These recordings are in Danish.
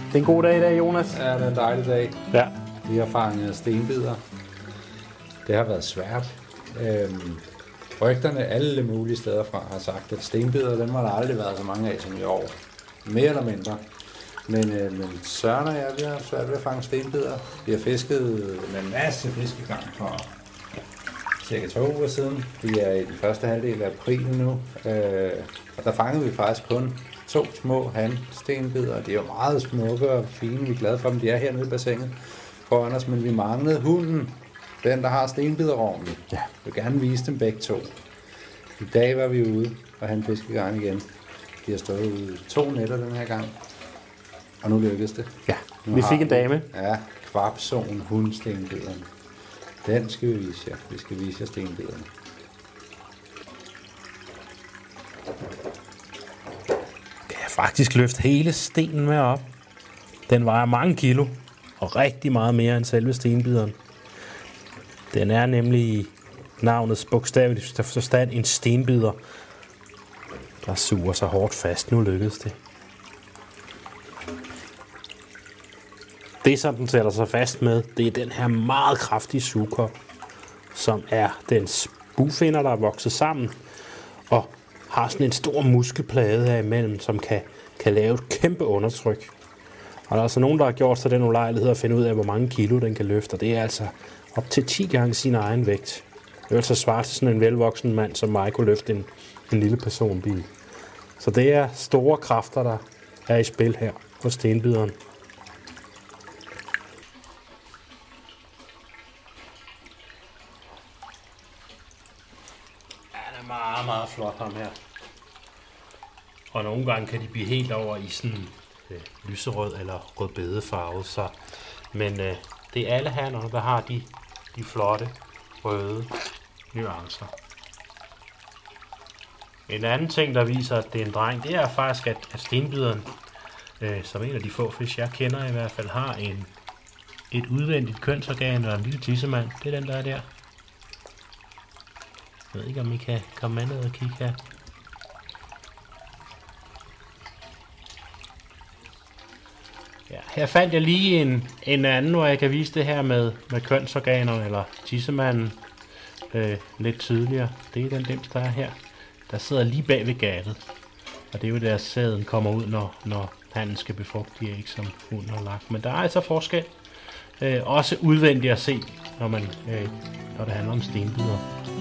Det er en god dag i dag, Jonas. Ja, det er en dejlig dag. Ja. Vi har fanget stenbider. Det har været svært. Rygterne alle mulige steder fra har sagt, at stenbider, dem har der aldrig været så mange af som i år. Mere eller mindre. Men Søren og jeg, vi har svært ved at fange stenbider. Vi har fisket med en masse fiskegang for cirka 2 uger siden. Vi er i den første halvdel af april nu. Og der fangede vi faktisk kun 2 små handstenbider. De er jo meget smukke og fine. Vi er glade for dem. De er hernede i bassinet foran os, men vi manglede hunden. Den, der har stenbiderrovnen. Ja. Jeg vil gerne vise dem begge to. I dag var vi ude og have en fiskegang igen. De har stået ude 2 nætter den her gang. Og nu lykkedes det. Ja, vi fik en dame. Ja, kvarpsonen hundstenbideren. Den skal vi vise jer. Vi skal vise jer stenbiderne. Jeg har faktisk løftet hele stenen med op. Den vejer mange kilo, og rigtig meget mere end selve stenbideren. Den er nemlig i navnets bogstavelige forstand en stenbider, der suger sig hårdt fast. Nu lykkedes det. Det, som den sætter sig fast med, det er den her meget kraftige sugekop, som er dens bugfinner, der er vokset sammen, og har sådan en stor muskelplade her imellem, som kan lave et kæmpe undertryk. Og der er altså nogen, der har gjort sig den ulejlighed at finde ud af, hvor mange kilo den kan løfte, og det er altså op til 10 gange sin egen vægt. Det vil altså svare til sådan en velvoksen mand, som mig kunne løfte en lille personbil. Så det er store kræfter, der er i spil her på stenbideren. Ja, den er meget, meget flot ham her. Og nogle gange kan de blive helt over i sådan lyserød eller rødbedefarve. Men det er alle hannerne, der har de flotte røde nuancer. En anden ting, der viser, at det er en dreng, det er faktisk, at stenbideren, som en af de få fisk, jeg kender i hvert fald, har et udvendigt kønsorgan og en lille tissemand. Det er den, der er der. Jeg ved ikke, om I kan komme med ned og kigge her. Ja, her fandt jeg lige en anden, hvor jeg kan vise det her med kønsorganerne eller tissemanden lidt tydeligere. Det er den dims, der er her. Der sidder lige bag ved gattet. Og det er jo der sæden kommer ud, når hannen skal befrugte de æg, som hunden har lagt. Men der er altså forskel. Også udvendigt at se, når det handler om stenbider.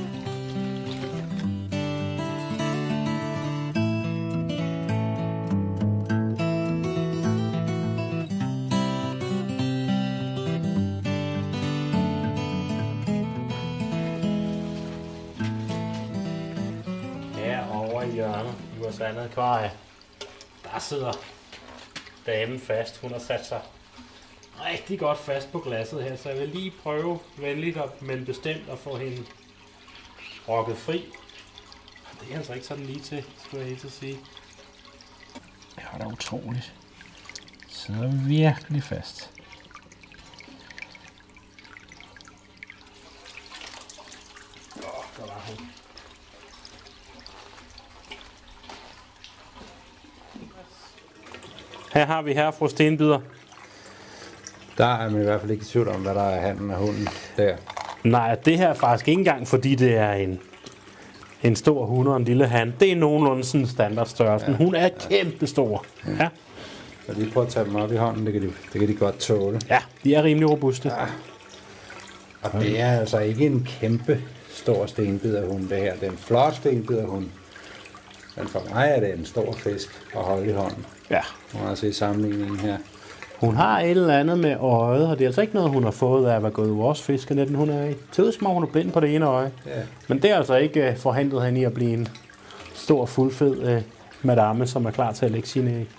Over i hjørnet i vores andet akvarie, der sidder damen fast. Hun har sat sig rigtig godt fast på glasset her, så jeg vil lige prøve venligt, men bestemt at få hende rokket fri. Det er altså ikke sådan lige til, skulle jeg helt til sige. Ja, det er utroligt. Sidder virkelig fast. Der var hun. Her har vi her fru Stenbider. Der er man i hvert fald ikke i tvivl om, hvad der er hannen og hunden der. Nej, det her er faktisk ikke engang, fordi det er en stor hund og en lille han. Det er nogenlunde sådan standardstørrelse. Ja. Hun er kæmpe stor. Ja. Så lige prøve at tage dem op i hånden, det kan de godt tåle. Ja, de er rimelig robuste. Ja. Og det er altså ikke en kæmpe stor stenbiderhund, det her. Det er en flot stenbiderhund. Men for mig er det en stor fisk at holde i hånden. Ja. Nu har jeg set sammenligningen her. Hun har et eller andet med øjet, og det er altså ikke noget, hun har fået af at være gået i vores fiskenet. Hun er i tidsmål, hun er blind på det ene øje. Ja. Men det er altså ikke forhindret hende i at blive en stor, fuldfed madame, som er klar til at lægge sine æg.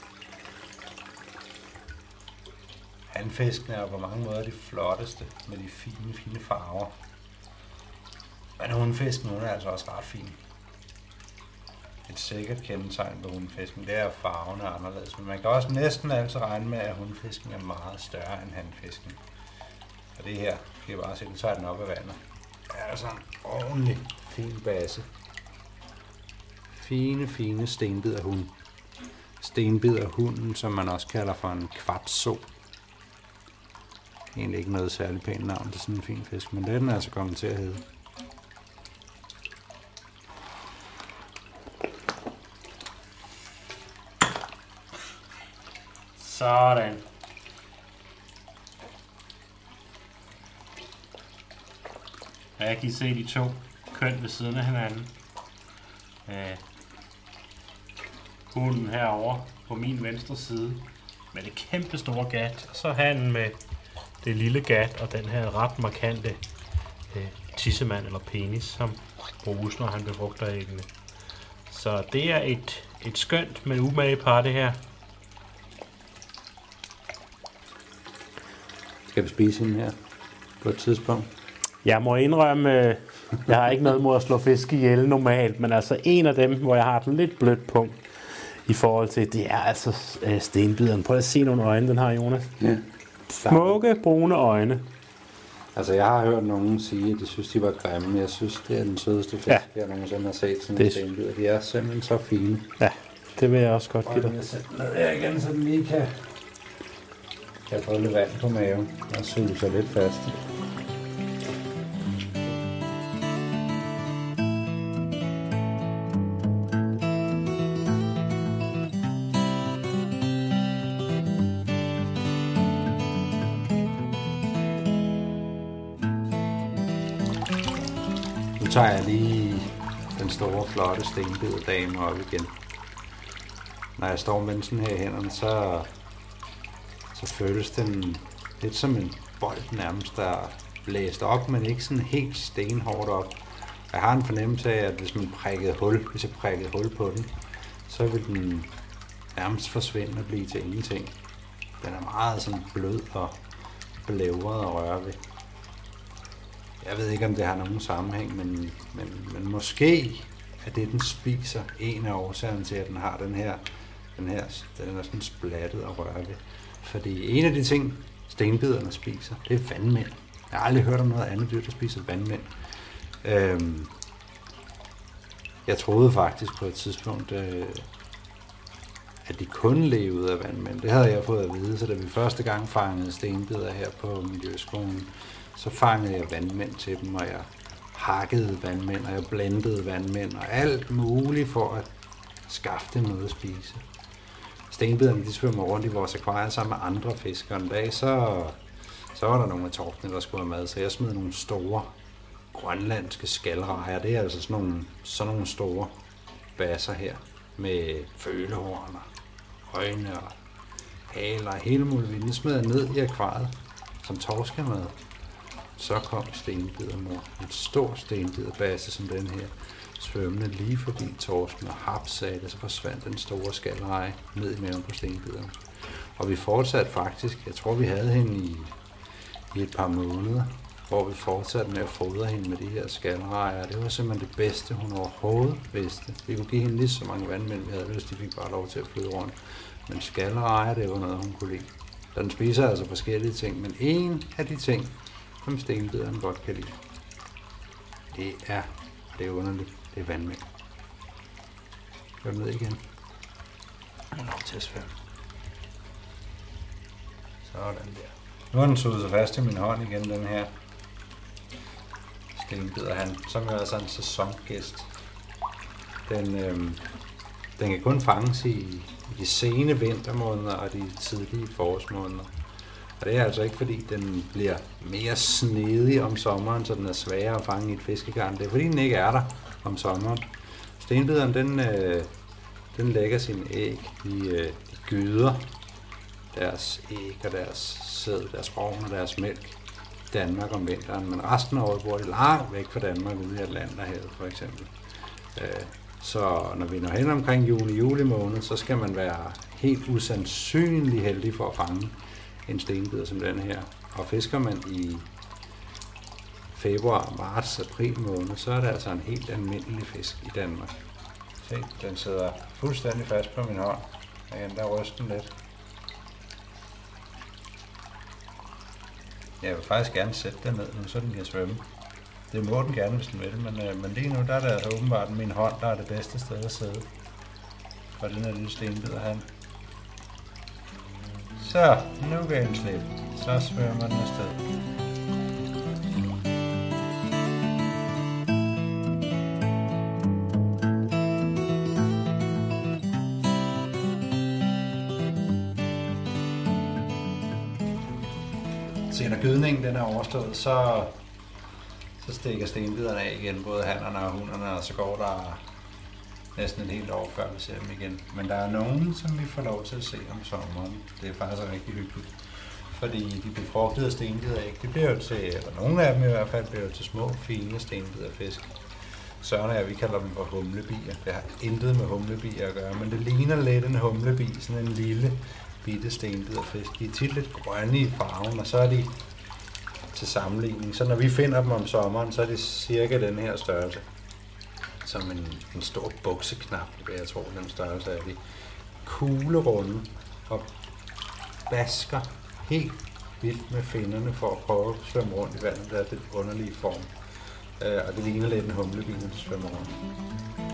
Hanfiskene er på mange måder de flotteste med de fine farver. Men hundfisken er altså også ret fin. Et sikkert kendetegn på hundfisken, det er, at farven er anderledes. Men man kan også næsten altid regne med, at hundfisken er meget større end hanfisken. Og det her, kan I bare se, nu tager den op af vandet. Det er altså en ordentlig fin base. Fine stenbiderhund. stenbiderhunden, som man også kalder for en kvartso. Egentlig ikke noget særligt pænt navn, det er sådan en fin fisk, men den er altså kommet til at hedde. Sådan. Jeg kan I se de to køn ved siden af hinanden. Hunden herovre på min venstre side med det kæmpe store gat, og så han med det lille gat og den her ret markante tissemand eller penis, som bruges, når han befrugter æggene. Så det er et skønt, men umage par, det her. Skal vi spise hende her på et tidspunkt? Jeg må indrømme, jeg har ikke noget mod at slå fisk ihjel normalt, men altså en af dem, hvor jeg har et lidt blødt punkt i forhold til, det er altså stenbideren. Prøv at se nogle øjne, den har, Jonas. Ja. Smukke, brune øjne. Altså, jeg har hørt nogen sige, at de synes, de var grimme, men jeg synes, det er den sødeste fisk, jeg nogensinde har set sådan en stenbider. De er simpelthen så fine. Ja, det vil jeg også godt give dig. Jeg sætter ned her igen, så den lige kan få lidt vand på maven og suge sig lidt fast. Nu tager jeg lige den store, flotte stenbiderdame op igen. Når jeg står med den sådan her i hænderne, så føles den lidt som en bold nærmest, der er blæst op, men ikke sådan helt stenhårdt op. Jeg har en fornemmelse af, at hvis jeg prikkede hul på den, så vil den nærmest forsvinde og blive til ingenting. Den er meget sådan blød og blævret at røre ved. Jeg ved ikke, om det har nogen sammenhæng, men måske er det, den spiser, en af årsagerne til, at den har den er sådan splattet at røre ved. Fordi en af de ting, stenbiderne spiser, det er vandmænd. Jeg har aldrig hørt om noget andet dyr, der spiser vandmænd. Jeg troede faktisk på et tidspunkt, at de kun levede af vandmænd. Det havde jeg fået at vide, så da vi første gang fangede stenbider her på Miljøskolen, så fangede jeg vandmænd til dem, og jeg hakkede vandmænd, og jeg blandede vandmænd, og alt muligt for at skaffe dem noget at spise. Stenbiderne, de svømmer rundt i vores akvarier sammen med andre fisk, og en dag så var der nogle af torskene, der skulle have mad, så jeg smed nogle store grønlandske skalrejer. Det er altså sådan nogle store basser her, med følehorn og øjne og haler og hele muligheden. Det smed jeg ned i akvariet som torskemad. Så kom stenbidermor, en stor stenbiderbasse som den her, svømmende lige forbi torsken, og haps af det, så forsvandt den store skalreje ned i maven på stenbideren. Og vi fortsatte faktisk, jeg tror vi havde hende i et par måneder, hvor vi fortsatte med at fodre hende med de her skalrejer. Det var simpelthen det bedste, hun overhovedet vidste. Vi kunne give hende lige så mange vandmænd, vi havde lyst, de fik bare lov til at flyde rundt. Men skalrejer, det var noget, hun kunne lide. Den spiser altså forskellige ting, men en af de ting, som stenbideren godt kan lide, det er underligt, det er vandmænd. Gør ned igen. Nu er lov til at svømme. Sådan der. Nu har den suget sig fast i min hånd igen, den her stenbider, som jo er altså en sæsongæst. Den kan kun fanges i de sene vintermåneder og de tidlige forårsmåneder. Og det er altså ikke, fordi den bliver mere snedig om sommeren, så den er sværere at fange i et fiskegarn. Det er, fordi den ikke er der om sommeren. Stenbideren, den lægger sine æg de gyder deres æg og deres sæd, deres rogn og deres mælk i Danmark om vinteren. Men resten af året bor de langt væk fra Danmark, ude i Atlanterhavet for eksempel. Så når vi når hen omkring juli måned, så skal man være helt usandsynlig heldig for at fange en stenbider som den her. Og fisker man i februar, marts, april måned, så er det altså en helt almindelig fisk i Danmark. Se, den sidder fuldstændig fast på min hånd. Jeg kan endda ryste den lidt. Jeg vil faktisk gerne sætte den ned nu, så den kan svømme. Det må den gerne, hvis den vil, men lige nu der er det altså åbenbart min hånd, der er det bedste sted at sidde. for den her lille stenbiderhan. Så, nu kan den slippe. Så svømmer den afsted. Så når gydningen den er overstået, så stikker stenbiderne af igen, både hannerne og hunderne, og så går der næsten et helt år, før vi ser dem igen. Men der er nogen, som vi får lov til at se om sommeren. Det er faktisk rigtig hyggeligt. Fordi de befrugtede stenbideræg, de bliver jo til, eller nogle af dem i hvert fald, bliver jo til små, fine stenbiderfisk. Søren og jeg, vi kalder dem for humlebier. Det har intet med humlebier at gøre, men det ligner lidt en humlebi, sådan en lille, bitte stenbiderfisk. De er tit lidt grønne i farven, og så er de til sammenligning. Så når vi finder dem om sommeren, så er det cirka den her størrelse. Som en stor bukseknap, vil jeg tror, den størrelse er de. Kuglerunde og basker helt vildt med finnerne for at prøve at svømme rundt i vandet. Det er den underlige form. Og det ligner lidt en humlebi, når de svømmer rundt.